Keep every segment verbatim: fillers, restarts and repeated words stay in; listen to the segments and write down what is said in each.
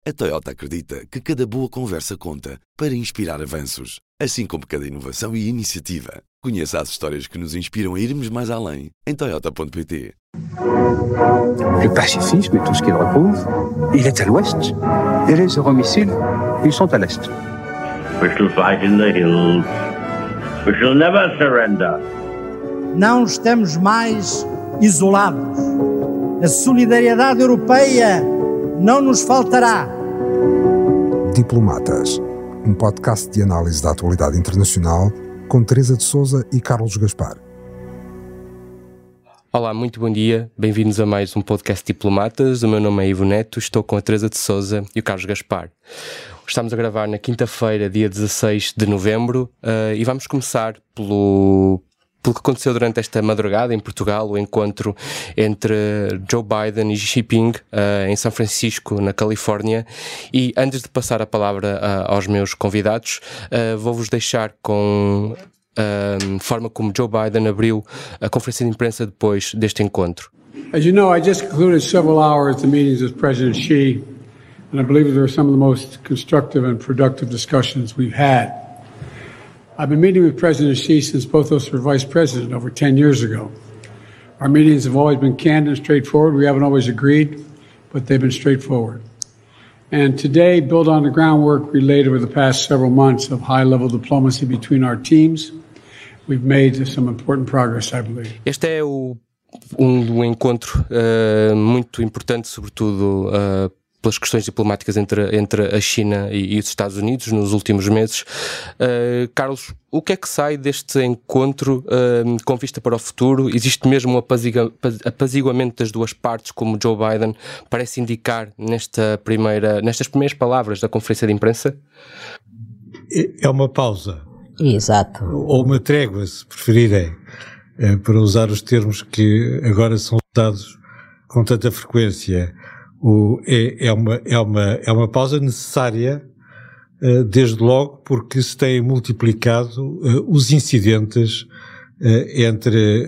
A Toyota acredita que cada boa conversa conta para inspirar avanços, assim como cada inovação e iniciativa. Conheça as histórias que nos inspiram a irmos mais além em toyota ponto pt. Le pacifisme et tout ce qu'il repose, il est à l'ouest. Et les euromissiles, ils sont à l'est. We shall fight in the hills. We shall never surrender. Não estamos mais isolados. A solidariedade europeia não nos faltará. Diplomatas, um podcast de análise da atualidade internacional com Teresa de Sousa e Carlos Gaspar. Olá, muito bom dia. Bem-vindos a mais um podcast Diplomatas. O meu nome é Ivo Neto, estou com a Teresa de Sousa e o Carlos Gaspar. Estamos a gravar na quinta-feira, dia dezasseis de novembro, uh, e vamos começar pelo... pelo que aconteceu durante esta madrugada em Portugal, o encontro entre Joe Biden e Xi Jinping uh, em São Francisco, na Califórnia. E antes de passar a palavra uh, aos meus convidados, uh, vou-vos deixar com a forma como Joe Biden abriu a conferência de imprensa depois deste encontro. As you know, I just concluded several hours of meetings with President Xi, and I believe they were some of the most constructive and productive discussions we've had. I've been meeting with President Xi since both of us were vice president over ten years ago. Our meetings have always been candid and straightforward. We haven't always agreed, but they've been straightforward. And today, build on the groundwork we laid over the past several months of high-level diplomacy between our teams. We've made some important progress, I believe. Este é o, um, um encontro uh, muito importante, sobretudo uh, pelas questões diplomáticas entre, entre a China e, e os Estados Unidos nos últimos meses. Uh, Carlos, o que é que sai deste encontro uh, com vista para o futuro? Existe mesmo um apazigua, apaziguamento das duas partes, como Joe Biden parece indicar nesta primeira, nestas primeiras palavras da conferência de imprensa? É uma pausa. Exato. Ou uma trégua, se preferirem, para usar os termos que agora são usados com tanta frequência. O, é, é, uma, é, uma, é uma pausa necessária, uh, desde logo, porque se têm multiplicado uh, os incidentes uh, entre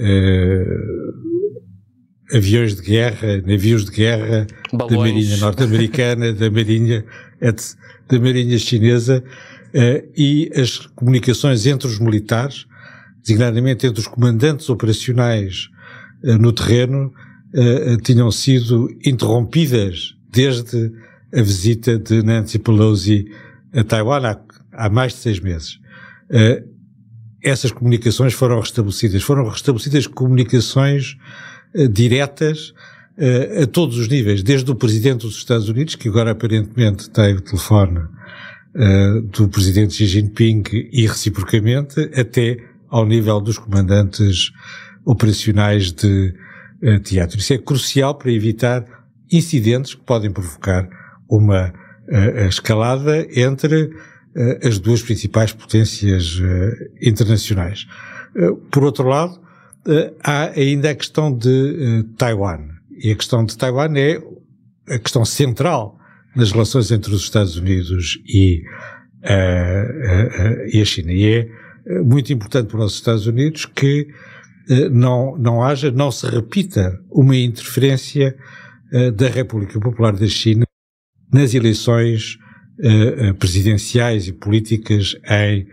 uh, aviões de guerra, navios de guerra, balões da Marinha norte-americana, da Marinha, da Marinha chinesa, uh, e as comunicações entre os militares, designadamente entre os comandantes operacionais uh, no terreno, Uh, tinham sido interrompidas desde a visita de Nancy Pelosi a Taiwan há, há mais de seis meses. Uh, essas comunicações foram restabelecidas. Foram restabelecidas comunicações uh, diretas uh, a todos os níveis, desde o Presidente dos Estados Unidos, que agora aparentemente tem o telefone uh, do Presidente Xi Jinping e reciprocamente, até ao nível dos comandantes operacionais de teatro. Isso é crucial para evitar incidentes que podem provocar uma uh, escalada entre uh, as duas principais potências uh, internacionais. Uh, por outro lado, uh, há ainda a questão de uh, Taiwan. E a questão de Taiwan é a questão central nas relações entre os Estados Unidos e, uh, uh, uh, e a China. E é uh, muito importante para os Estados Unidos que Não, não haja, não se repita uma interferência uh, da República Popular da China nas eleições uh, presidenciais e políticas em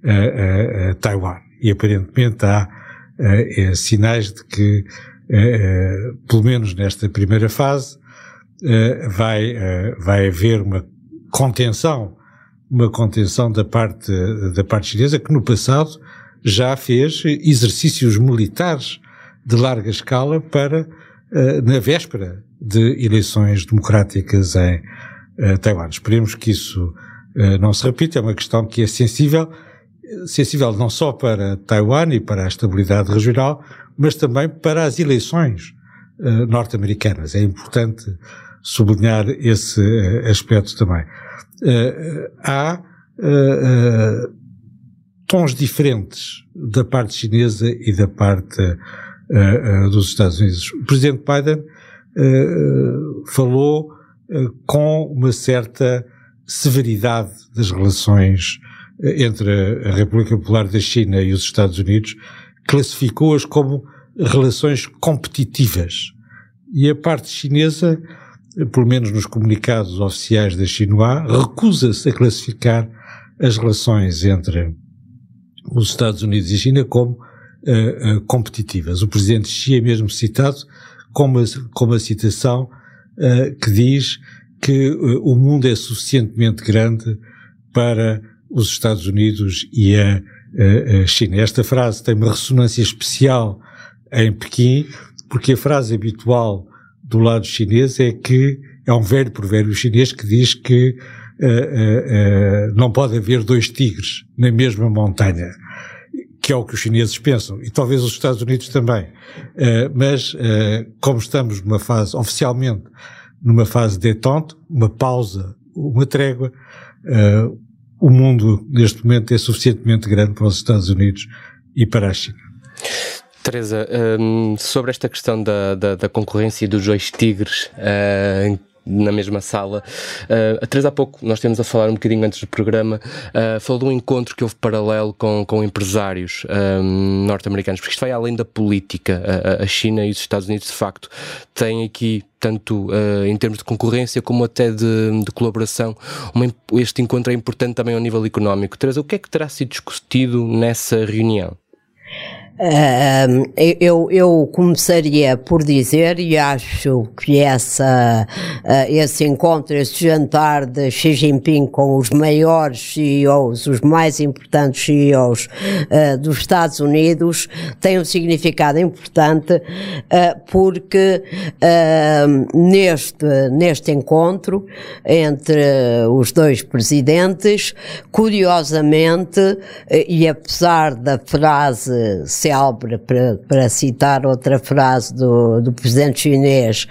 uh, uh, Taiwan. E aparentemente há uh, uh, sinais de que, uh, uh, pelo menos nesta primeira fase, uh, vai, uh, vai haver uma contenção, uma contenção da parte, da parte chinesa, que no passado já fez exercícios militares de larga escala para, uh, na véspera de eleições democráticas em uh, Taiwan. Esperemos que isso uh, não se repita. É uma questão que é sensível, sensível não só para Taiwan e para a estabilidade regional, mas também para as eleições uh, norte-americanas. É importante sublinhar esse uh, aspecto também. Uh, há uh, uh, tons diferentes da parte chinesa e da parte uh, uh, dos Estados Unidos. O Presidente Biden uh, falou uh, com uma certa severidade das relações uh, entre a República Popular da China e os Estados Unidos, classificou-as como relações competitivas. E a parte chinesa pelo menos nos comunicados oficiais da Xinhua, recusa-se a classificar as relações entre os Estados Unidos e a China como uh, uh, competitivas. O presidente Xi é mesmo citado com uma, com uma citação uh, que diz que uh, o mundo é suficientemente grande para os Estados Unidos e a, a, a China. Esta frase tem uma ressonância especial em Pequim, porque a frase habitual do lado chinês é que, é um velho provérbio chinês que diz que uh, uh, uh, não pode haver dois tigres na mesma montanha, que é o que os chineses pensam, e talvez os Estados Unidos também. Uh, mas, uh, como estamos numa fase, oficialmente, numa fase de détente, uma pausa, uma trégua, uh, o mundo, neste momento, é suficientemente grande para os Estados Unidos e para a China. Teresa, um, sobre esta questão da, da, da concorrência dos dois tigres uh, na mesma sala, uh, a Teresa há pouco, nós temos a falar um bocadinho antes do programa, uh, falou de um encontro que houve paralelo com, com empresários um, norte-americanos, porque isto vai além da política. A, a China e os Estados Unidos, de facto, têm aqui, tanto uh, em termos de concorrência como até de, de colaboração, uma, este encontro é importante também ao nível económico. Teresa, o que é que terá sido discutido nessa reunião? Uh, eu, eu começaria por dizer, e acho que essa, uh, esse encontro, esse jantar de Xi Jinping com os maiores C E Os, os mais importantes C E Os uh, dos Estados Unidos, tem um significado importante, uh, porque uh, neste, neste encontro entre os dois presidentes, curiosamente, uh, e apesar da frase célebre, para, para citar outra frase do, do presidente chinês,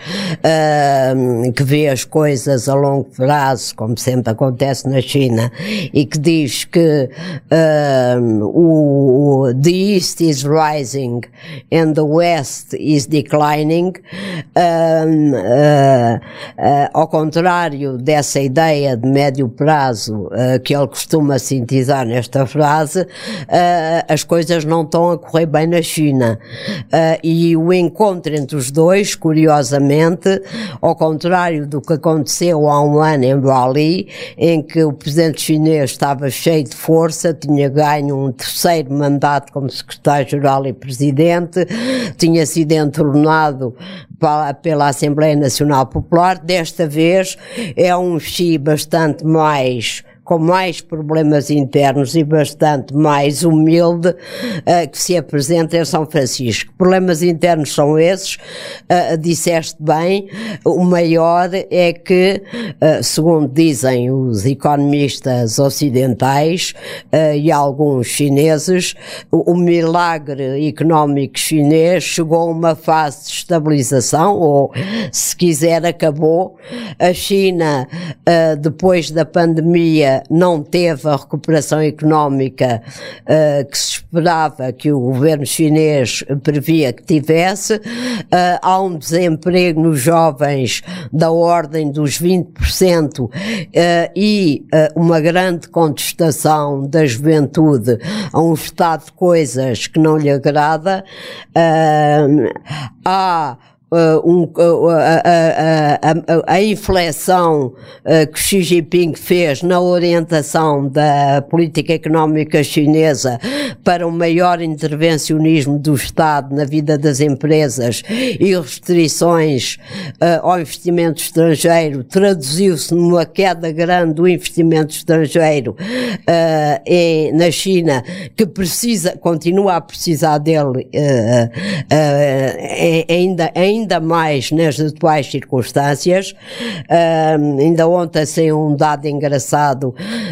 uh, que vê as coisas a longo prazo, como sempre acontece na China, e que diz que uh, o, o the East is rising and the West is declining, uh, uh, uh, ao contrário dessa ideia de médio prazo uh, que ele costuma sintetizar nesta frase, uh, as coisas não estão a correr bem na China. Uh, e o encontro entre os dois, curiosamente, ao contrário do que aconteceu há um ano em Bali, em que o presidente chinês estava cheio de força, tinha ganho um terceiro mandato como secretário-geral e presidente, tinha sido entornado pela, pela Assembleia Nacional Popular. Desta vez é um Xi bastante mais, com mais problemas internos e bastante mais humilde, uh, que se apresenta em São Francisco. Problemas internos são esses, uh, disseste bem, o maior é que, uh, segundo dizem os economistas ocidentais uh, e alguns chineses, o, o milagre económico chinês chegou a uma fase de estabilização, ou, se quiser, acabou. A China, uh, depois da pandemia, não teve a recuperação económica uh, que se esperava, que o governo chinês previa que tivesse. Uh, há um desemprego nos jovens da ordem dos vinte por cento uh, e uh, uma grande contestação da juventude a um estado de coisas que não lhe agrada. Uh, há Uh, um, uh, a, a, a, a inflexão uh, que Xi Jinping fez na orientação da política económica chinesa para um maior intervencionismo do Estado na vida das empresas e restrições uh, ao investimento estrangeiro traduziu-se numa queda grande do investimento estrangeiro uh, em, na China, que precisa, continua a precisar dele uh, uh, ainda, ainda ainda mais nas atuais circunstâncias. Uh, ainda ontem saiu um dado engraçado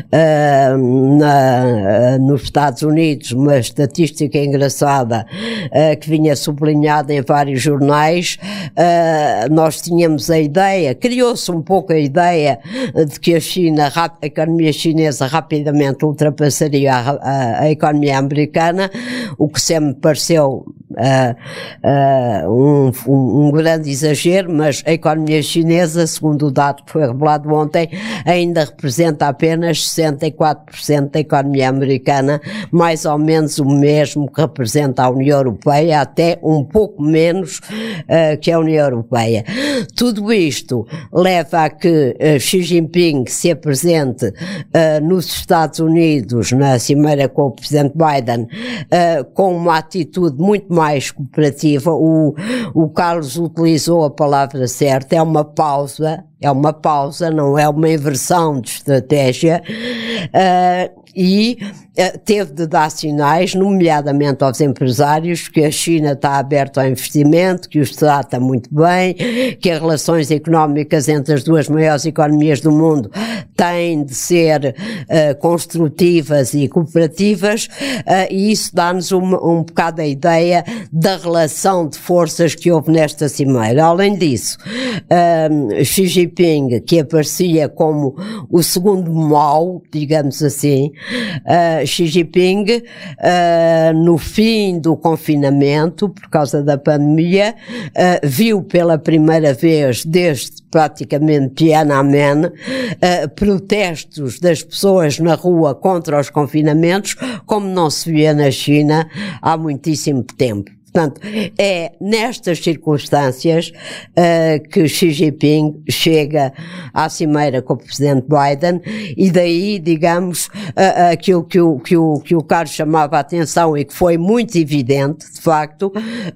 uh, na, uh, nos Estados Unidos, uma estatística engraçada uh, que vinha sublinhada em vários jornais. Uh, nós tínhamos a ideia, criou-se um pouco a ideia de que a China, a economia chinesa rapidamente ultrapassaria a, a, a economia americana, o que sempre pareceu uh, uh, um, um, um grande exagero, mas a economia chinesa, segundo o dado que foi revelado ontem, ainda representa apenas sessenta e quatro por cento da economia americana, mais ou menos o mesmo que representa a União Europeia, até um pouco menos uh, que a União Europeia. Tudo isto leva a que uh, Xi Jinping se apresente uh, nos Estados Unidos, na cimeira com o presidente Biden, uh, com uma atitude muito mais cooperativa. O, o Carlos utilizou a palavra certa, é uma pausa, é uma pausa, não é uma inversão de estratégia, uh, e uh, teve de dar sinais, nomeadamente aos empresários, que a China está aberta ao investimento, que os trata muito bem, que as relações económicas entre as duas maiores economias do mundo têm de ser uh, construtivas e cooperativas, uh, e isso dá-nos um, um bocado a ideia da relação de forças que houve nesta cimeira. Além disso, uh, Xi Jinping, que aparecia como o segundo mau, digamos assim, uh, Xi Jinping, uh, no fim do confinamento, por causa da pandemia, uh, viu pela primeira vez, desde praticamente Tiananmen, uh, protestos das pessoas na rua contra os confinamentos, como não se via na China há muitíssimo tempo. Portanto, é nestas circunstâncias uh, que Xi Jinping chega à cimeira com o presidente Biden, e daí, digamos, uh, aquilo que o, que, o, que o Carlos chamava a atenção e que foi muito evidente, de facto,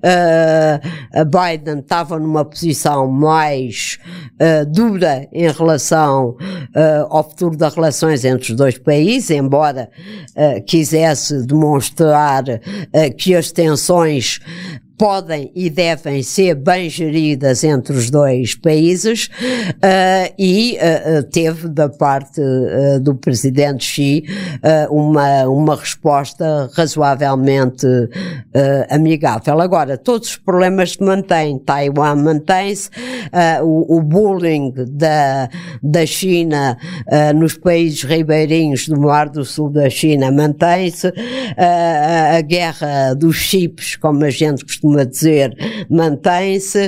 uh, Biden estava numa posição mais uh, dura em relação uh, ao futuro das relações entre os dois países, embora uh, quisesse demonstrar uh, que as tensões podem e devem ser bem geridas entre os dois países, uh, e uh, teve da parte uh, do presidente Xi uh, uma, uma resposta razoavelmente uh, amigável. Agora, todos os problemas se mantêm. Taiwan mantém-se, uh, o, o bullying da, da China uh, nos países ribeirinhos do Mar do Sul da China mantém-se, uh, a guerra dos chips, como a gente costuma a dizer, mantém-se.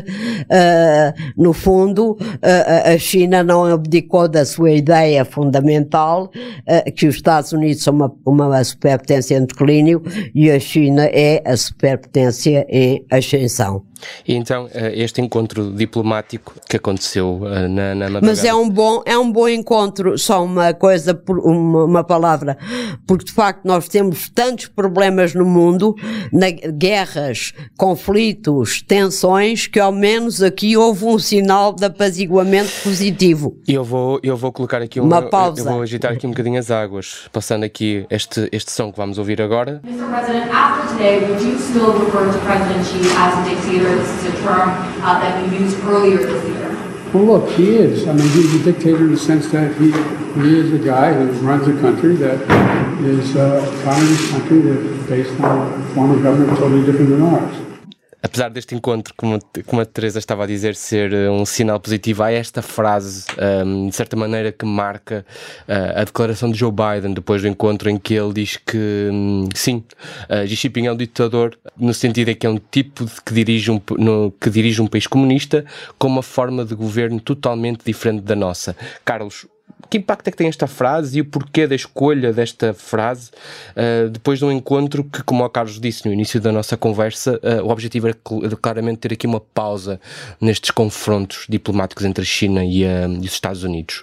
Uh, no fundo, uh, a China não abdicou da sua ideia fundamental, uh, que os Estados Unidos são uma, uma superpotência em declínio e a China é a superpotência em ascensão. E então, este encontro diplomático que aconteceu na, na madrugada... Mas é um bom, é um bom encontro, só uma coisa, uma, uma palavra, porque de facto nós temos tantos problemas no mundo, na, guerras, conflitos, tensões, que ao menos aqui houve um sinal de apaziguamento positivo. E eu vou, eu vou colocar aqui uma um, pausa. Eu vou agitar aqui um bocadinho as águas, passando aqui este, este som que vamos ouvir agora. mister President, after today, would you still refer to President Xi as a dictator? This is a term uh, that you used earlier this year. Well, look, he is. I mean, he's a dictator in the sense that he he is a guy who runs a country that is uh, a communist country that is based on a form of government totally different than ours. Apesar deste encontro, como, como a Teresa estava a dizer, ser um sinal positivo, há esta frase, um, de certa maneira, que marca uh, a declaração de Joe Biden depois do encontro, em que ele diz que, um, sim, uh, Xi Jinping é um ditador, no sentido de que é um tipo de que, dirige um, no, que dirige um país comunista com uma forma de governo totalmente diferente da nossa. Carlos, que impacto é que tem esta frase e o porquê da escolha desta frase uh, depois de um encontro que, como o Carlos disse no início da nossa conversa, uh, o objetivo era claramente ter aqui uma pausa nestes confrontos diplomáticos entre a China e, uh, e os Estados Unidos?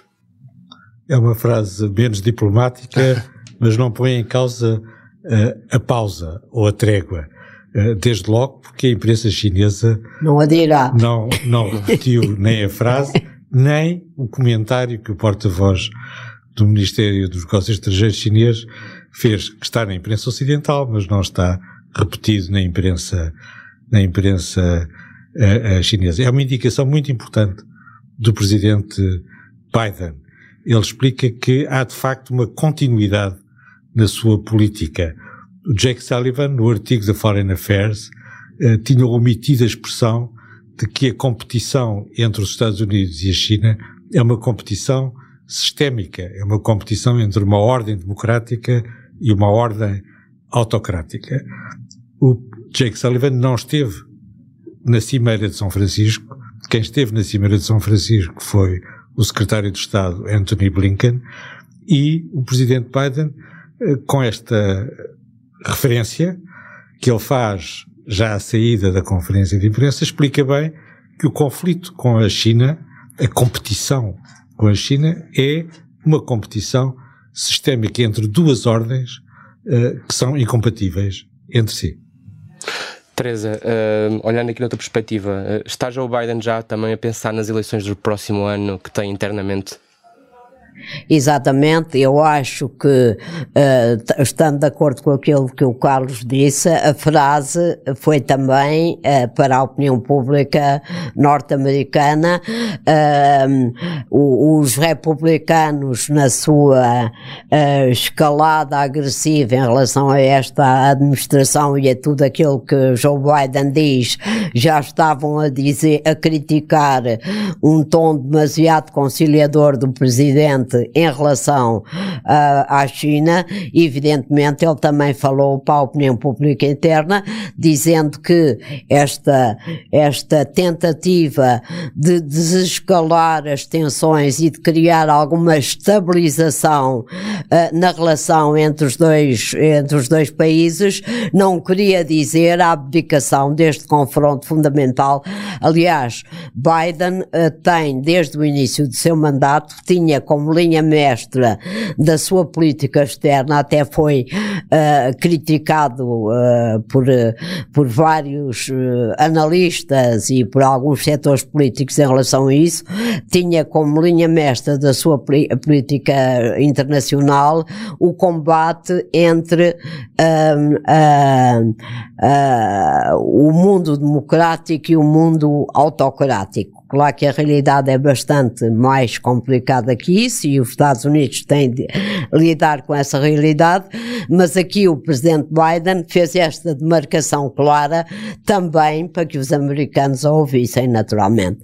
É uma frase menos diplomática, mas não põe em causa uh, a pausa ou a trégua. Uh, desde logo porque a imprensa chinesa não a dirá. Não, não repetiu nem a frase, nem o comentário que o porta-voz do Ministério dos Negócios Estrangeiros chinês fez, que está na imprensa ocidental, mas não está repetido na imprensa, na imprensa uh, uh, chinesa. É uma indicação muito importante do presidente Biden. Ele explica que há de facto uma continuidade na sua política. O Jake Sullivan, no artigo da Foreign Affairs, uh, tinha omitido a expressão de que a competição entre os Estados Unidos e a China é uma competição sistémica, é uma competição entre uma ordem democrática e uma ordem autocrática. O Jake Sullivan não esteve na Cimeira de São Francisco. Quem esteve na Cimeira de São Francisco foi o secretário de Estado Antony Blinken, e o presidente Biden, com esta referência que ele faz já à saída da conferência de imprensa, explica bem que o conflito com a China, a competição com a China, é uma competição sistémica entre duas ordens uh, que são incompatíveis entre si. Teresa, uh, olhando aqui noutra perspectiva, uh, está Joe Biden já também a pensar nas eleições do próximo ano que tem internamente? Exatamente, eu acho que, uh, estando de acordo com aquilo que o Carlos disse, a frase foi também uh, para a opinião pública norte-americana. Uh, os republicanos, na sua uh, escalada agressiva em relação a esta administração e a tudo aquilo que Joe Biden diz, já estavam a dizer, a criticar um tom demasiado conciliador do presidente em relação uh, à China. Evidentemente ele também falou para a opinião pública interna, dizendo que esta, esta tentativa de desescalar as tensões e de criar alguma estabilização uh, na relação entre os dois, entre os dois países não queria dizer a abdicação deste confronto fundamental. Aliás, Biden uh, tem, desde o início do seu mandato, tinha como linha mestra da sua política externa, até foi uh, criticado uh, por, uh, por vários uh, analistas e por alguns setores políticos em relação a isso, tinha como linha mestra da sua política internacional o combate entre uh, uh, uh, o mundo democrático e o mundo autocrático. Claro que a realidade é bastante mais complicada que isso e os Estados Unidos têm de lidar com essa realidade, mas aqui o presidente Biden fez esta demarcação clara também para que os americanos a ouvissem naturalmente.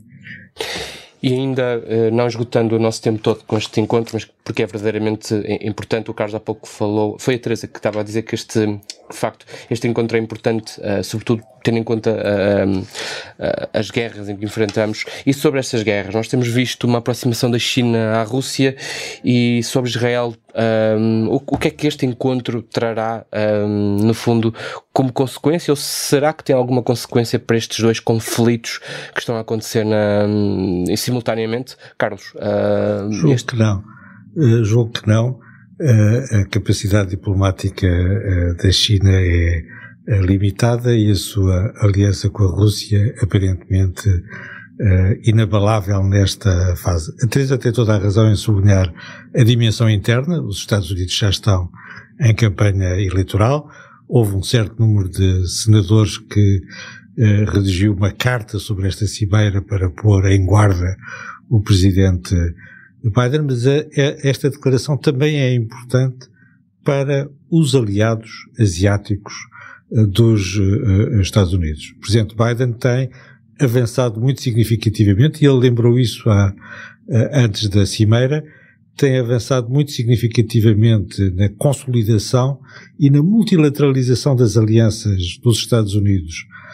E ainda, não esgotando o nosso tempo todo com este encontro, mas porque é verdadeiramente importante, o Carlos há pouco falou, foi a Teresa que estava a dizer que este, de facto, este encontro é importante, uh, sobretudo tendo em conta uh, uh, as guerras em que enfrentamos. E sobre estas guerras, nós temos visto uma aproximação da China à Rússia, e sobre Israel, um, o, o que é que este encontro trará, um, no fundo, como consequência, ou será que tem alguma consequência para estes dois conflitos que estão a acontecer na, um, simultaneamente? Carlos? Uh, julgo este... que não. Uh, julgo que não. Uh, a capacidade diplomática uh, da China é uh, limitada, e a sua aliança com a Rússia aparentemente uh, inabalável nesta fase. A Teresa tem toda a razão em sublinhar a dimensão interna. Os Estados Unidos já estão em campanha eleitoral. Houve um certo número de senadores que uh, redigiu uma carta sobre esta cimeira para pôr em guarda o presidente Biden, mas a, a, esta declaração também é importante para os aliados asiáticos uh, dos uh, Estados Unidos. O presidente Biden tem avançado muito significativamente, e ele lembrou isso há, uh, antes da cimeira, tem avançado muito significativamente na consolidação e na multilateralização das alianças dos Estados Unidos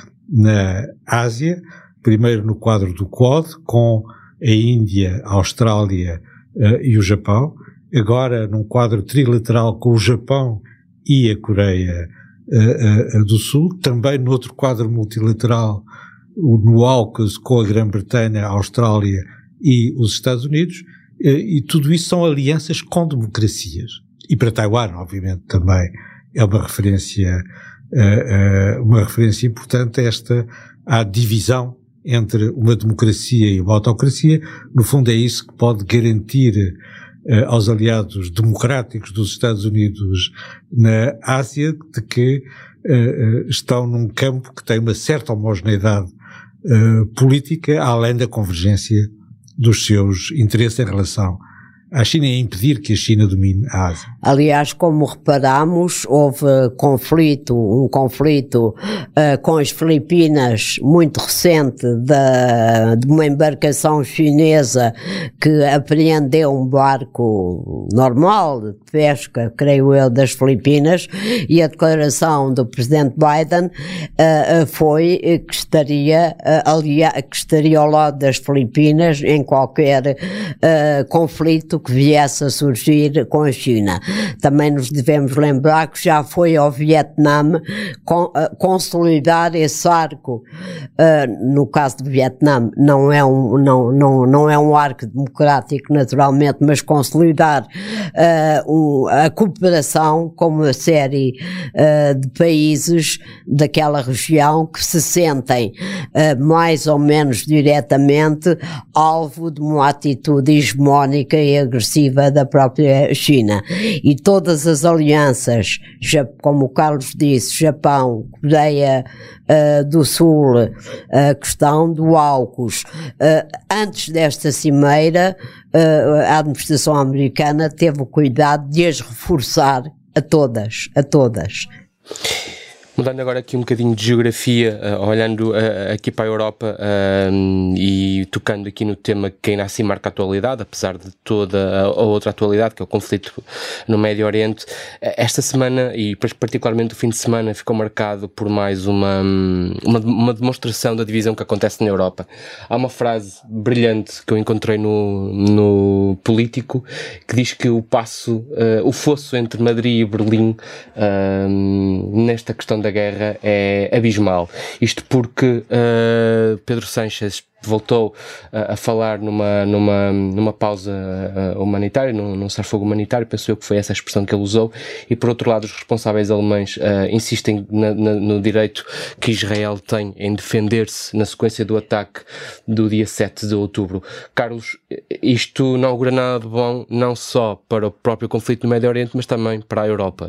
na Ásia, primeiro no quadro do Quad, com a Índia, a Austrália uh, e o Japão, agora num quadro trilateral com o Japão e a Coreia uh, uh, do Sul, também noutro quadro multilateral no AUKUS com a Grã-Bretanha, a Austrália e os Estados Unidos, uh, e tudo isso são alianças com democracias. E para Taiwan, obviamente, também é uma referência, uh, uh, uma referência importante esta à divisão entre uma democracia e uma autocracia. No fundo é isso que pode garantir uh, aos aliados democráticos dos Estados Unidos na Ásia de que uh, estão num campo que tem uma certa homogeneidade uh, política, além da convergência dos seus interesses em relação à China e impedir que a China domine a Ásia. Aliás, como reparamos, houve conflito, um conflito uh, com as Filipinas muito recente da, de uma embarcação chinesa que apreendeu um barco normal de pesca, creio eu, das Filipinas, e a declaração do presidente Biden uh, foi que estaria, uh, alia, que estaria ao lado das Filipinas em qualquer uh, conflito que viesse a surgir com a China. Também nos devemos lembrar que já foi ao Vietnã con, uh, consolidar esse arco. Uh, no caso do Vietnã, não é um, não, não, não é um arco democrático, naturalmente, mas consolidar uh, um, a cooperação com uma série uh, de países daquela região que se sentem uh, mais ou menos diretamente alvo de uma atitude hegemónica e agressiva da própria China. E todas as alianças, como o Carlos disse, Japão, Coreia uh, do Sul, a questão do AUKUS, uh, antes desta cimeira, uh, a administração americana teve o cuidado de as reforçar a todas, a todas. Mudando agora aqui um bocadinho de geografia, uh, olhando uh, aqui para a Europa uh, e tocando aqui no tema que ainda assim marca a atualidade, apesar de toda a, a outra atualidade, que é o conflito no Médio Oriente, esta semana, e particularmente o fim de semana, ficou marcado por mais uma, uma, uma demonstração da divisão que acontece na Europa. Há uma frase brilhante que eu encontrei no, no Político, que diz que o passo, uh, o fosso entre Madrid e Berlim, uh, nesta questão da da guerra é abismal. Isto porque uh, Pedro Sánchez voltou uh, a falar numa, numa, numa pausa uh, humanitária, num, num cessar-fogo humanitário, penso eu que foi essa a expressão que ele usou, e por outro lado os responsáveis alemães uh, insistem na, na, no direito que Israel tem em defender-se na sequência do ataque do dia sete de outubro. Carlos, isto não augura nada de bom, não só para o próprio conflito no Médio Oriente, mas também para a Europa.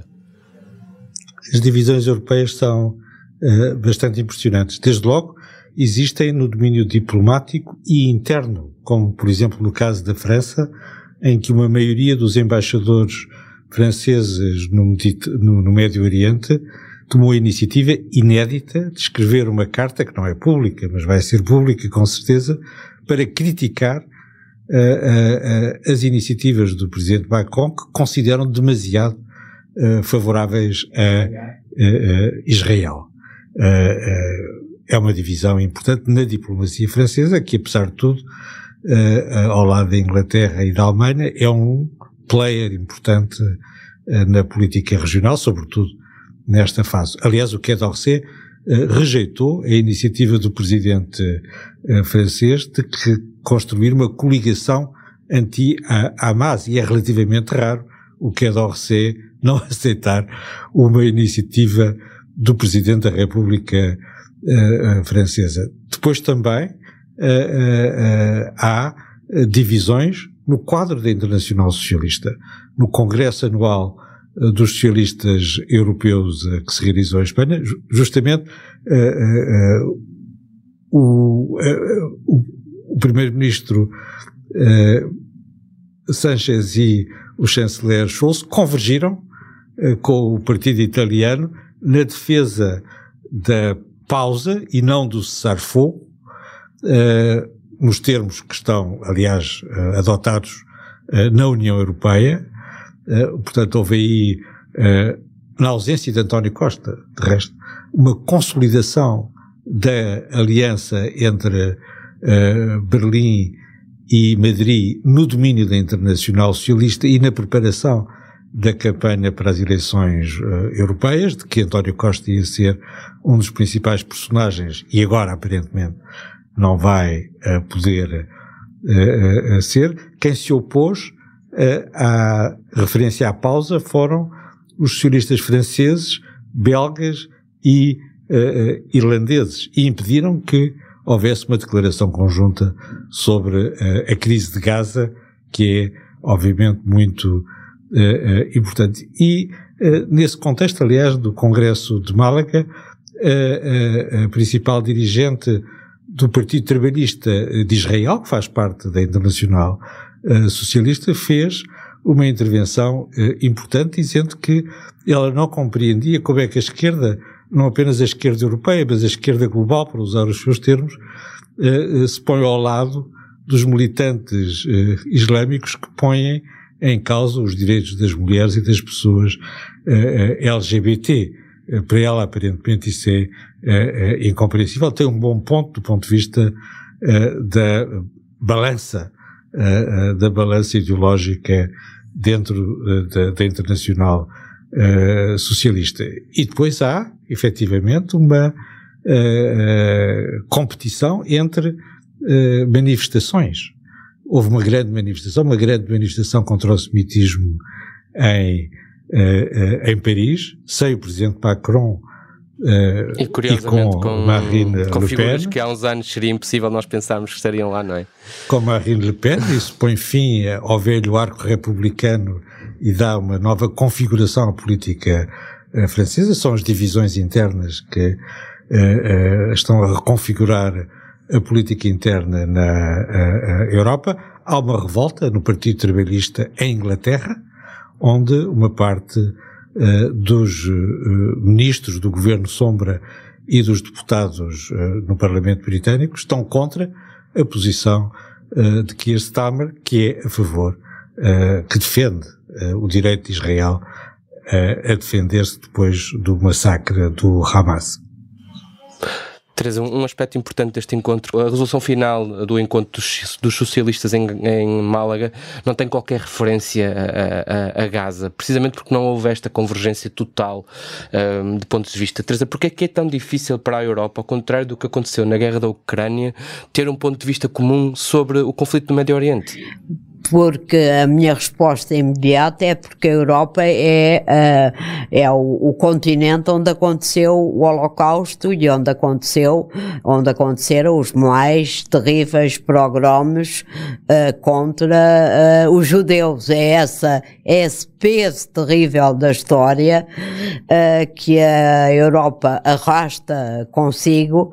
As divisões europeias são uh, bastante impressionantes. Desde logo, existem no domínio diplomático e interno, como, por exemplo, no caso da França, em que uma maioria dos embaixadores franceses no, no, no Médio Oriente tomou a iniciativa inédita de escrever uma carta, que não é pública, mas vai ser pública com certeza, para criticar uh, uh, uh, as iniciativas do presidente Macron, que consideram demasiado Uh, favoráveis a, a, a Israel. Uh, uh, é uma divisão importante na diplomacia francesa, que apesar de tudo, uh, uh, ao lado da Inglaterra e da Alemanha, é um player importante uh, na política regional, sobretudo nesta fase. Aliás, o Quai d'Orsay uh, rejeitou a iniciativa do presidente uh, francês de que construir uma coligação anti-Hamas, e é relativamente raro o Quai d'Orsay não aceitar uma iniciativa do Presidente da República uh, uh, Francesa. Depois também uh, uh, uh, há divisões no quadro da Internacional Socialista. No Congresso Anual uh, dos Socialistas Europeus uh, que se realizou em Espanha, justamente uh, uh, uh, o, uh, o, o Primeiro-Ministro uh, Sánchez e o chanceler Scholz convergiram uh, com o partido italiano na defesa da pausa e não do cessar-fogo, uh, nos termos que estão, aliás, uh, adotados uh, na União Europeia. Uh, portanto, houve aí, uh, na ausência de António Costa, de resto, uma consolidação da aliança entre uh, Berlim e Madrid no domínio da Internacional Socialista e na preparação da campanha para as eleições uh, europeias, de que António Costa ia ser um dos principais personagens, e agora, aparentemente, não vai uh, poder uh, uh, ser. Quem se opôs uh, à referência à pausa foram os socialistas franceses, belgas e uh, uh, irlandeses, e impediram que houvesse uma declaração conjunta sobre uh, a crise de Gaza, que é, obviamente, muito uh, uh, importante. E, uh, nesse contexto, aliás, do Congresso de Málaga, uh, uh, a principal dirigente do Partido Trabalhista de Israel, que faz parte da Internacional uh, socialista, fez uma intervenção uh, importante, dizendo que ela não compreendia como é que a esquerda, não apenas a esquerda europeia, mas a esquerda global, para usar os seus termos, uh, uh, se põe ao lado dos militantes uh, islâmicos que põem em causa os direitos das mulheres e das pessoas uh, uh, L G B T. Uh, para ela, aparentemente, isso é uh, uh, incompreensível. Tem um bom ponto do ponto de vista uh, da balança, uh, uh, da balança ideológica dentro uh, da, da Internacional uh, Socialista. E depois há, efetivamente, uma uh, uh, competição entre uh, manifestações. Houve uma grande manifestação, uma grande manifestação contra o semitismo em, uh, uh, em Paris, sem o presidente Macron uh, e, curiosamente, e com, com Marine com Le figuras Pen, que há uns anos seria impossível nós pensarmos que estariam lá, não é? Com Marine Le Pen, isso põe fim ao velho arco republicano e dá uma nova configuração à política uh, francesa. São as divisões internas que uh, uh, estão a reconfigurar a política interna na a, a Europa. Há uma revolta no Partido Trabalhista em Inglaterra, onde uma parte uh, dos uh, ministros do governo Sombra e dos deputados uh, no Parlamento Britânico estão contra a posição uh, de Keir Starmer, que é a favor, uh, que defende uh, o direito de Israel uh, a defender-se depois do massacre do Hamas. Teresa, um aspecto importante deste encontro, a resolução final do encontro dos, dos socialistas em, em Málaga não tem qualquer referência a, a, a Gaza, precisamente porque não houve esta convergência total um, de pontos de vista. Teresa, porquê é que é tão difícil para a Europa, ao contrário do que aconteceu na guerra da Ucrânia, ter um ponto de vista comum sobre o conflito no Médio Oriente? Porque a minha resposta imediata é porque a Europa é, uh, é o, o continente onde aconteceu o Holocausto e onde aconteceu, onde aconteceram os mais terríveis pogroms uh, contra uh, os judeus. É essa, é esse peso terrível da história uh, que a Europa arrasta consigo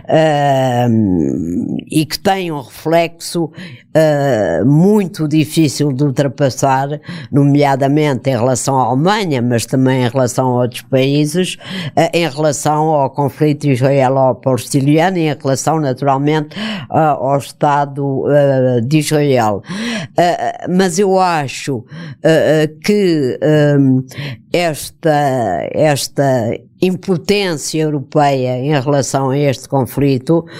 uh, e que tem um reflexo uh, muito difícil de ultrapassar, nomeadamente em relação à Alemanha, mas também em relação a outros países, em relação ao conflito israelo-palestiniano e em relação, naturalmente, ao Estado de Israel. Mas eu acho que esta, esta impotência europeia em relação a este conflito uh,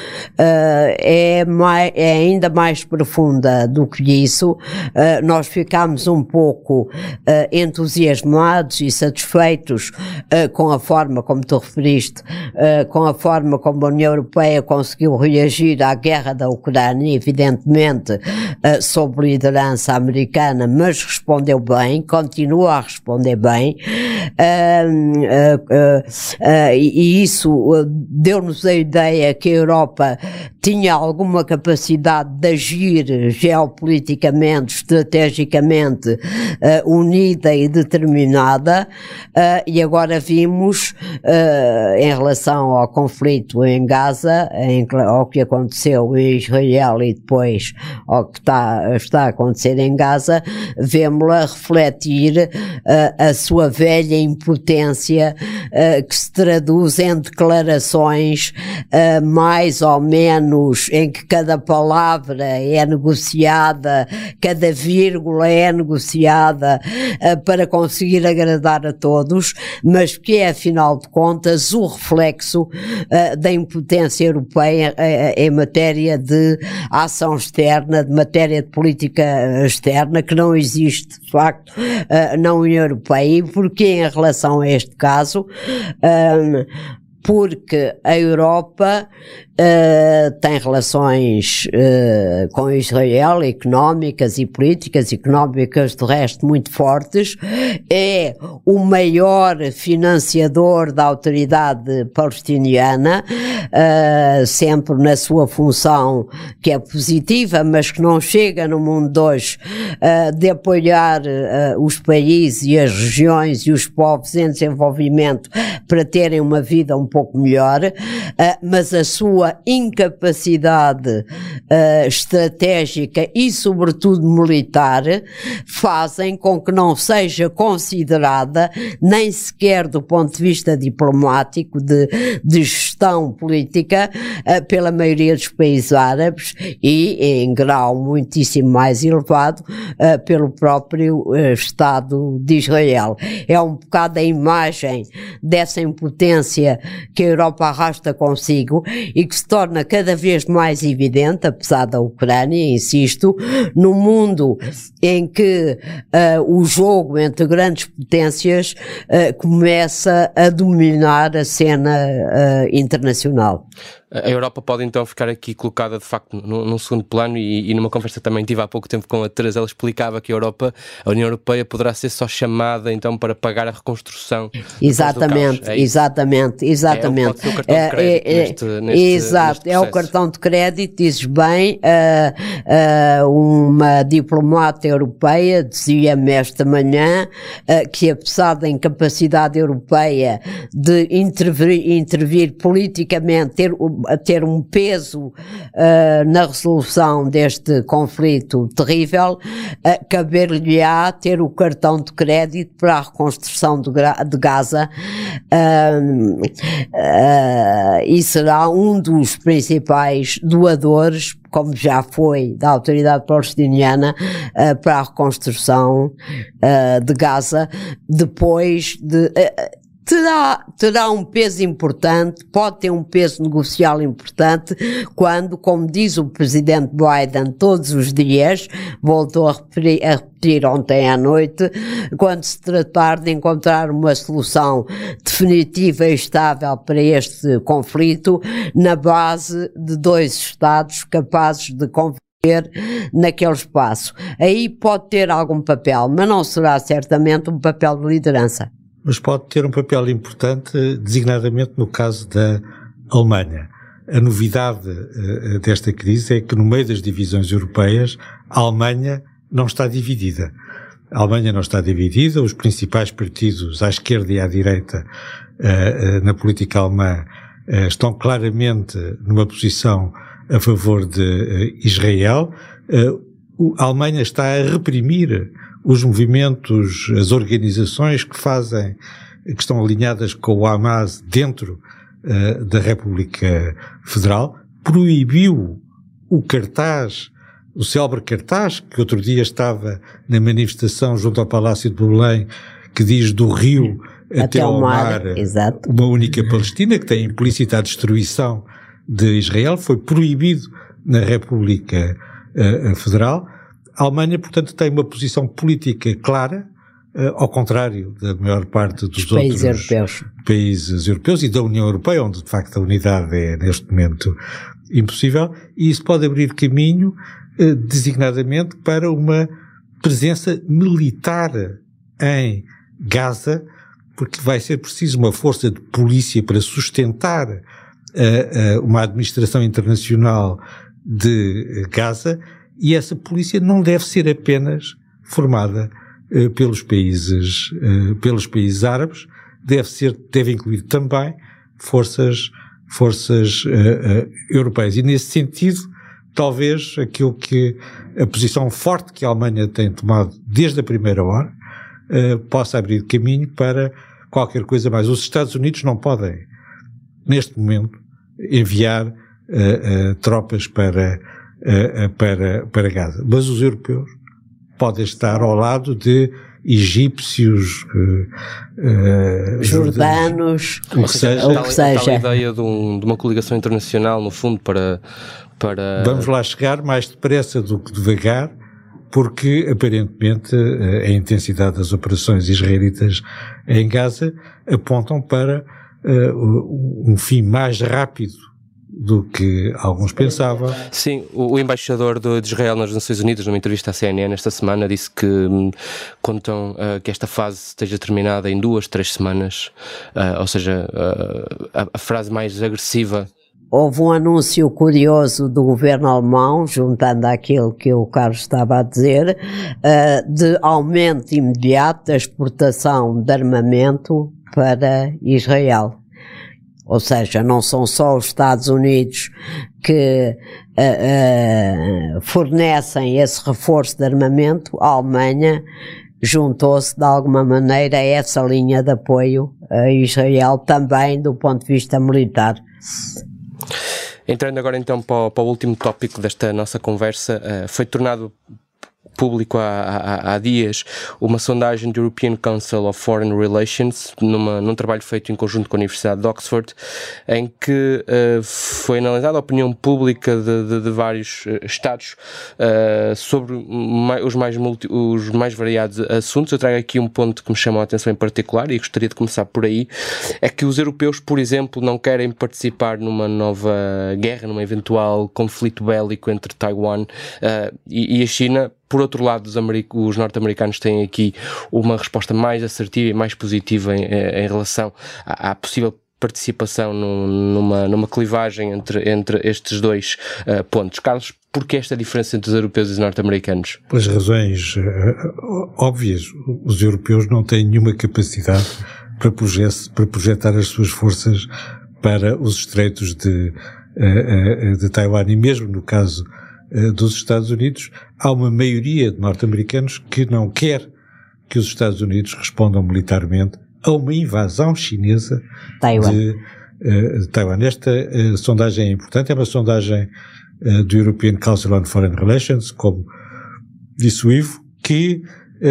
é, mais, é ainda mais profunda do que isso. Uh, nós ficámos um pouco uh, entusiasmados e satisfeitos uh, com a forma, como tu referiste, uh, com a forma como a União Europeia conseguiu reagir à guerra da Ucrânia, evidentemente uh, sob liderança americana, mas respondeu bem, continua a responder bem. Uh, uh, uh, Uh, e, e isso uh, deu-nos a ideia que a Europa tinha alguma capacidade de agir geopoliticamente, estrategicamente uh, unida e determinada, uh, e agora vimos uh, em relação ao conflito em Gaza, em, ao que aconteceu em Israel e depois ao que está, está a acontecer em Gaza, vemos-la refletir uh, a sua velha impotência uh, que se traduz em declarações uh, mais ou menos em que cada palavra é negociada, cada vírgula é negociada uh, para conseguir agradar a todos, mas que é, afinal de contas, o reflexo uh, da impotência europeia uh, em matéria de ação externa, de matéria de política externa, que não existe, de facto, uh, na União Europeia. E porque, em relação a este caso, Um, porque a Europa uh, tem relações uh, com Israel, económicas e políticas, económicas de resto muito fortes, é o maior financiador da autoridade palestiniana, uh, sempre na sua função que é positiva, mas que não chega no mundo de hoje uh, de apoiar uh, os países e as regiões e os povos em desenvolvimento para terem uma vida um pouco melhor, uh, mas a sua incapacidade uh, estratégica e sobretudo militar fazem com que não seja considerada nem sequer do ponto de vista diplomático de, de gestão política uh, pela maioria dos países árabes e em grau muitíssimo mais elevado uh, pelo próprio uh, Estado de Israel. É um bocado a imagem dessa impotência que a Europa arrasta consigo e que se torna cada vez mais evidente, apesar da Ucrânia, insisto, no mundo em que uh, o jogo entre grandes potências uh, começa a dominar a cena uh, internacional. A Europa pode então ficar aqui colocada de facto num, num segundo plano e, e numa conversa que também tive há pouco tempo com a Teresa, ela explicava que a Europa, a União Europeia poderá ser só chamada então para pagar a reconstrução. Exatamente, é exatamente, exatamente. É, pode ser o cartão de crédito é, é, neste, neste, exato, neste é o cartão de crédito, dizes bem, uh, uh, uma diplomata europeia dizia-me esta manhã uh, que apesar da incapacidade europeia de intervir, intervir politicamente, ter a ter um peso uh, na resolução deste conflito terrível, uh, caber-lhe-á ter o cartão de crédito para a reconstrução de, de Gaza uh, uh, e será um dos principais doadores, como já foi da autoridade palestiniana, uh, para a reconstrução uh, de Gaza, depois de... Uh, Terá, terá um peso importante, pode ter um peso negocial importante, quando, como diz o presidente Biden todos os dias, voltou a repetir, a repetir ontem à noite, quando se tratar de encontrar uma solução definitiva e estável para este conflito, na base de dois Estados capazes de conviver naquele espaço. Aí pode ter algum papel, mas não será certamente um papel de liderança. Mas pode ter um papel importante, designadamente no caso da Alemanha. A novidade uh, desta crise é que no meio das divisões europeias, a Alemanha não está dividida. A Alemanha não está dividida, os principais partidos à esquerda e à direita uh, uh, na política alemã uh, estão claramente numa posição a favor de uh, Israel. Uh, a Alemanha está a reprimir os movimentos, as organizações que fazem, que estão alinhadas com o Hamas dentro uh, da República Federal, proibiu o cartaz, o célebre cartaz, que outro dia estava na manifestação junto ao Palácio de Belém, que diz do rio até, até ao mar, mar exato. Uma única Palestina, que tem implícita a destruição de Israel, foi proibido na República uh, Federal. A Alemanha, portanto, tem uma posição política clara, uh, ao contrário da maior parte dos Os outros países europeus. países europeus e da União Europeia, onde de facto a unidade é neste momento impossível, e isso pode abrir caminho uh, designadamente para uma presença militar em Gaza, porque vai ser preciso uma força de polícia para sustentar uh, uh, uma administração internacional de Gaza. E essa polícia não deve ser apenas formada uh, pelos países, uh, pelos países árabes, deve ser, deve incluir também forças, forças uh, uh, europeias. E nesse sentido, talvez aquilo que, a posição forte que a Alemanha tem tomado desde a primeira hora, uh, possa abrir caminho para qualquer coisa mais. Os Estados Unidos não podem, neste momento, enviar uh, uh, tropas para Uh, uh, para, para Gaza. Mas os europeus podem estar ao lado de egípcios, uh, uh, jordanos, o que seja. O que seja. A ideia de, um, de uma coligação internacional, no fundo, para, para... Vamos lá chegar mais depressa do que devagar, porque aparentemente uh, a intensidade das operações israelitas em Gaza apontam para uh, um fim mais rápido do que alguns pensavam. Sim, o, o embaixador de, de Israel nas Nações Unidas, numa entrevista à C N N esta semana, disse que hum, contam uh, que esta fase esteja terminada em duas, três semanas, uh, ou seja, uh, a, a frase mais agressiva. Houve um anúncio curioso do governo alemão, juntando àquilo que o Carlos estava a dizer, uh, de aumento imediato da exportação de armamento para Israel. ou seja, não são só os Estados Unidos que uh, uh, fornecem esse reforço de armamento. A Alemanha juntou-se de alguma maneira a essa linha de apoio a Israel também do ponto de vista militar. Entrando agora então para o, para o último tópico desta nossa conversa, uh, foi tornado público há, há, há dias uma sondagem do European Council of Foreign Relations numa, num trabalho feito em conjunto com a Universidade de Oxford, em que uh, foi analisada a opinião pública de, de, de vários uh, Estados uh, sobre mai, os, mais multi, os mais variados assuntos. Eu trago aqui um ponto que me chamou a atenção em particular e gostaria de começar por aí, é que os europeus, por exemplo, não querem participar numa nova guerra, numa eventual conflito bélico entre Taiwan uh, e, e a China. Por outro lado, os, os norte-americanos têm aqui uma resposta mais assertiva e mais positiva em, em relação à, à possível participação num, numa, numa clivagem entre, entre estes dois uh, pontos. Carlos, porquê esta diferença entre os europeus e os norte-americanos? Pelas razões uh, óbvias. Os europeus não têm nenhuma capacidade para, projet, para projetar as suas forças para os estreitos de, uh, uh, de Taiwan, e mesmo no caso dos Estados Unidos, há uma maioria de norte-americanos que não quer que os Estados Unidos respondam militarmente a uma invasão chinesa Taiwan. de, uh, de Taiwan. Esta uh, sondagem é importante, é uma sondagem uh, do European Council on Foreign Relations, como disse o Ivo, que uh,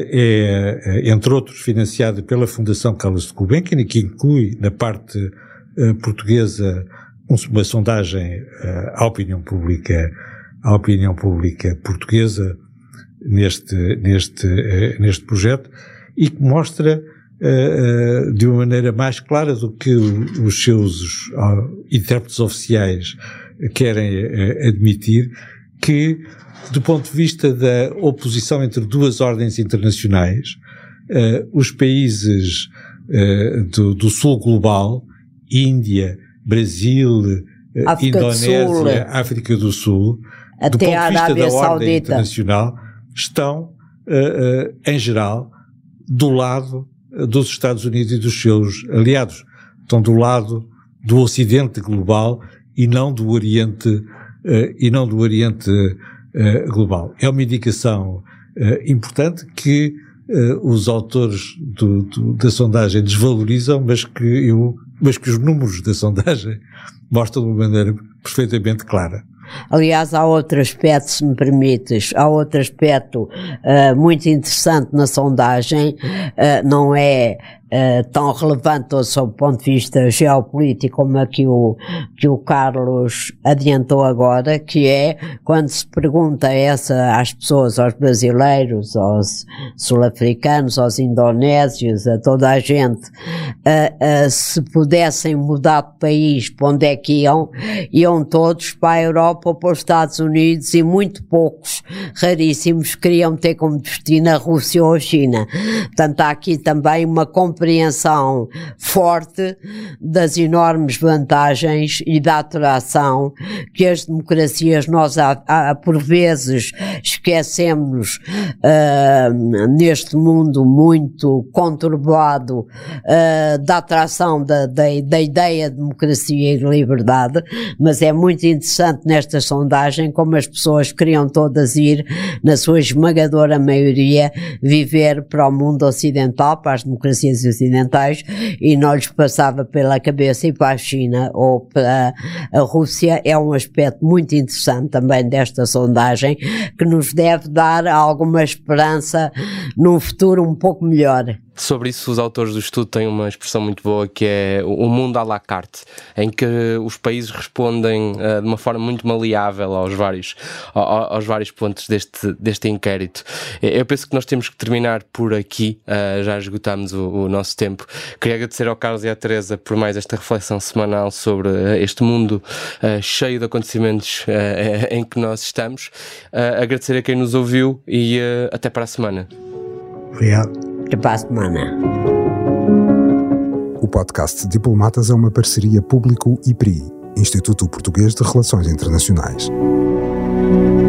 é, entre outros, financiada pela Fundação Carlos Gulbenkian, e que inclui na parte uh, portuguesa uma sondagem uh, à opinião pública à opinião pública portuguesa neste, neste, uh, neste projeto, e que mostra uh, uh, de uma maneira mais clara do que os seus uh, intérpretes oficiais querem uh, admitir, que do ponto de vista da oposição entre duas ordens internacionais, uh, os países uh, do, do sul global, Índia, Brasil, uh, África Indonésia, do Sul, África do Sul, até do ponto a de vista Arábia da ordem Saudita internacional, estão, uh, uh, em geral, do lado dos Estados Unidos e dos seus aliados. Estão do lado do Ocidente global e não do Oriente, uh, e não do Oriente uh, global. É uma indicação uh, importante que uh, os autores do, do, da sondagem desvalorizam, mas que, eu, mas que os números da sondagem mostram de uma maneira perfeitamente clara. Aliás, há outro aspecto, se me permites, há outro aspecto uh, muito interessante na sondagem, uh, não é uh, tão relevante sob o ponto de vista geopolítico como a que o, que o Carlos adiantou agora, que é quando se pergunta essa às pessoas, aos brasileiros, aos sul-africanos, aos indonésios, a toda a gente, uh, uh, se pudessem mudar de país, para onde é que iam? Iam todos para a Europa ou para os Estados Unidos, e muito poucos, raríssimos, queriam ter como destino a Rússia ou a China. Portanto, há aqui também uma compreensão forte das enormes vantagens e da atração que as democracias, nós há, há, por vezes esquecemos uh, neste mundo muito conturbado uh, da atração da, da, da ideia de democracia e de liberdade, mas é muito interessante nesta sondagem como as pessoas queriam todas ir, na sua esmagadora maioria, viver para o mundo ocidental, para as democracias ocidentais, e não lhes passava pela cabeça ir para a China ou para a Rússia. É um aspecto muito interessante também desta sondagem, que nos deve dar alguma esperança num futuro um pouco melhor. Sobre isso, os autores do estudo têm uma expressão muito boa, que é o mundo à la carte, em que os países respondem uh, de uma forma muito maleável aos vários, aos vários pontos deste, deste inquérito. Eu penso que nós temos que terminar por aqui, uh, já esgotámos o, o nosso tempo. Queria agradecer ao Carlos e à Teresa por mais esta reflexão semanal sobre uh, este mundo uh, cheio de acontecimentos uh, em que nós estamos. Uh, agradecer a quem nos ouviu e uh, até para a semana. Obrigado. Até para a semana. O podcast Diplomatas é uma parceria público-I P R I, Instituto Português de Relações Internacionais.